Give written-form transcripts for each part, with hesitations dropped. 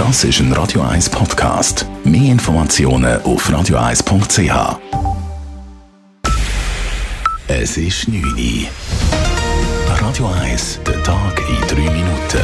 Das ist ein Radio 1 Podcast. Mehr Informationen auf radio1.ch. Es ist 9 Uhr. Radio 1, der Tag in 3 Minuten.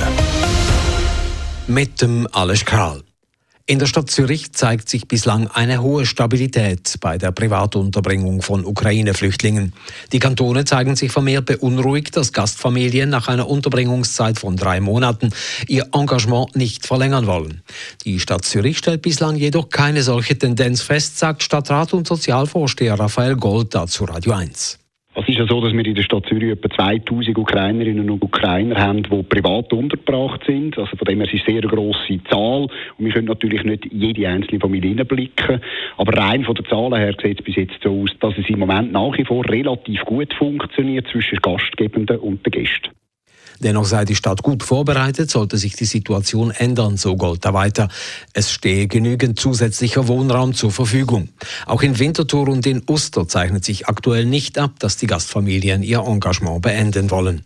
Mit dem Alles Kral. In der Stadt Zürich zeigt sich bislang eine hohe Stabilität bei der Privatunterbringung von Ukraine-Flüchtlingen. Die Kantone zeigen sich vermehrt beunruhigt, dass Gastfamilien nach einer Unterbringungszeit von 3 Monaten ihr Engagement nicht verlängern wollen. Die Stadt Zürich stellt bislang jedoch keine solche Tendenz fest, sagt Stadtrat und Sozialvorsteher Raphael Gold dazu Radio 1. Es ist ja so, dass wir in der Stadt Zürich etwa 2000 Ukrainerinnen und Ukrainer haben, die privat untergebracht sind. Also von dem her ist es eine sehr grosse Zahl. Und wir können natürlich nicht jede einzelne Familie hineinblicken. Aber rein von den Zahlen her sieht es bis jetzt so aus, dass es im Moment nach wie vor relativ gut funktioniert zwischen Gastgebenden und den Gästen. Dennoch sei die Stadt gut vorbereitet, sollte sich die Situation ändern, so Gold da weiter. Es stehe genügend zusätzlicher Wohnraum zur Verfügung. Auch in Winterthur und in Uster zeichnet sich aktuell nicht ab, dass die Gastfamilien ihr Engagement beenden wollen.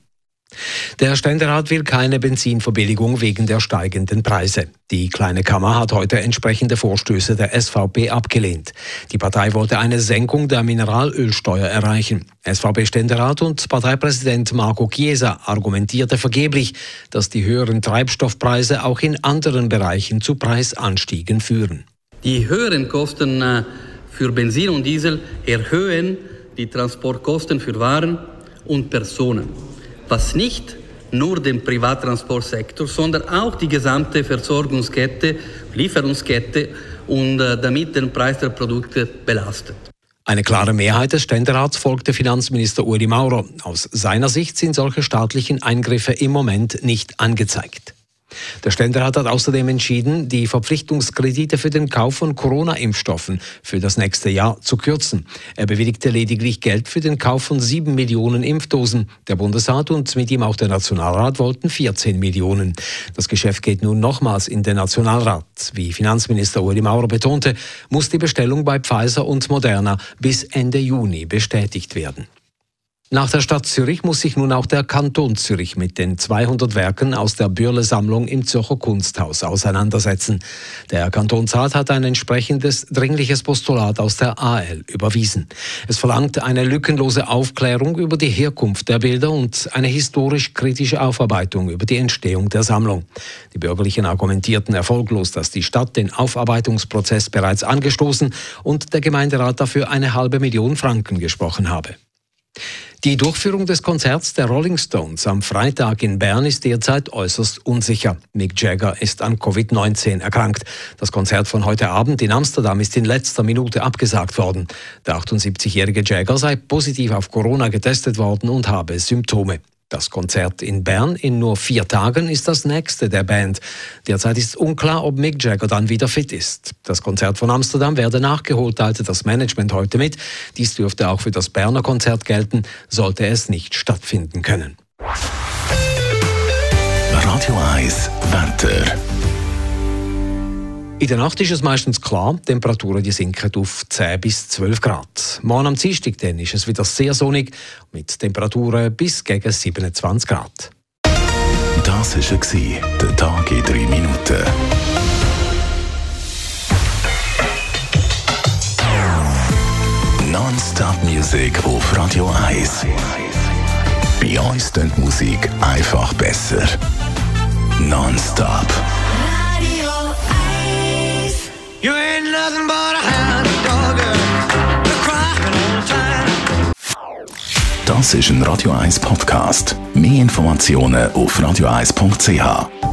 Der Ständerat will keine Benzinverbilligung wegen der steigenden Preise. Die Kleine Kammer hat heute entsprechende Vorstöße der SVP abgelehnt. Die Partei wollte eine Senkung der Mineralölsteuer erreichen. SVP-Ständerat und Parteipräsident Marco Chiesa argumentierte vergeblich, dass die höheren Treibstoffpreise auch in anderen Bereichen zu Preisanstiegen führen. Die höheren Kosten für Benzin und Diesel erhöhen die Transportkosten für Waren und Personen, was nicht nur den Privattransportsektor, sondern auch die gesamte Versorgungskette, Lieferungskette und damit den Preis der Produkte belastet. Eine klare Mehrheit des Ständerats folgte Finanzminister Ueli Maurer. Aus seiner Sicht sind solche staatlichen Eingriffe im Moment nicht angezeigt. Der Ständerat hat außerdem entschieden, die Verpflichtungskredite für den Kauf von Corona-Impfstoffen für das nächste Jahr zu kürzen. Er bewilligte lediglich Geld für den Kauf von 7 Millionen Impfdosen. Der Bundesrat und mit ihm auch der Nationalrat wollten 14 Millionen. Das Geschäft geht nun nochmals in den Nationalrat. Wie Finanzminister Ueli Maurer betonte, muss die Bestellung bei Pfizer und Moderna bis Ende Juni bestätigt werden. Nach der Stadt Zürich muss sich nun auch der Kanton Zürich mit den 200 Werken aus der Bürle-Sammlung im Zürcher Kunsthaus auseinandersetzen. Der Kantonsrat hat ein entsprechendes dringliches Postulat aus der AL überwiesen. Es verlangt eine lückenlose Aufklärung über die Herkunft der Bilder und eine historisch-kritische Aufarbeitung über die Entstehung der Sammlung. Die Bürgerlichen argumentierten erfolglos, dass die Stadt den Aufarbeitungsprozess bereits angestoßen und der Gemeinderat dafür 500.000 Franken gesprochen habe. Die Durchführung des Konzerts der Rolling Stones am Freitag in Bern ist derzeit äußerst unsicher. Mick Jagger ist an Covid-19 erkrankt. Das Konzert von heute Abend in Amsterdam ist in letzter Minute abgesagt worden. Der 78-jährige Jagger sei positiv auf Corona getestet worden und habe Symptome. Das Konzert in Bern in nur 4 Tagen ist das nächste der Band. Derzeit ist unklar, ob Mick Jagger dann wieder fit ist. Das Konzert von Amsterdam werde nachgeholt, teilte das Management heute mit. Dies dürfte auch für das Berner Konzert gelten, sollte es nicht stattfinden können. Radio 1 Wetter. In der Nacht ist es meistens klar, die Temperaturen die sinken auf 10 bis 12 Grad. Morgen am Dienstag dann ist es wieder sehr sonnig, mit Temperaturen bis gegen 27 Grad. Das war der Tag in 3 Minuten. Non-Stop Music auf Radio 1. Bei uns klingt die Musik einfach besser. Non-Stop. You ain't nothing but a hound dog, you're crying all the time. Das ist ein Radio 1 Podcast. Mehr Informationen auf radio1.ch.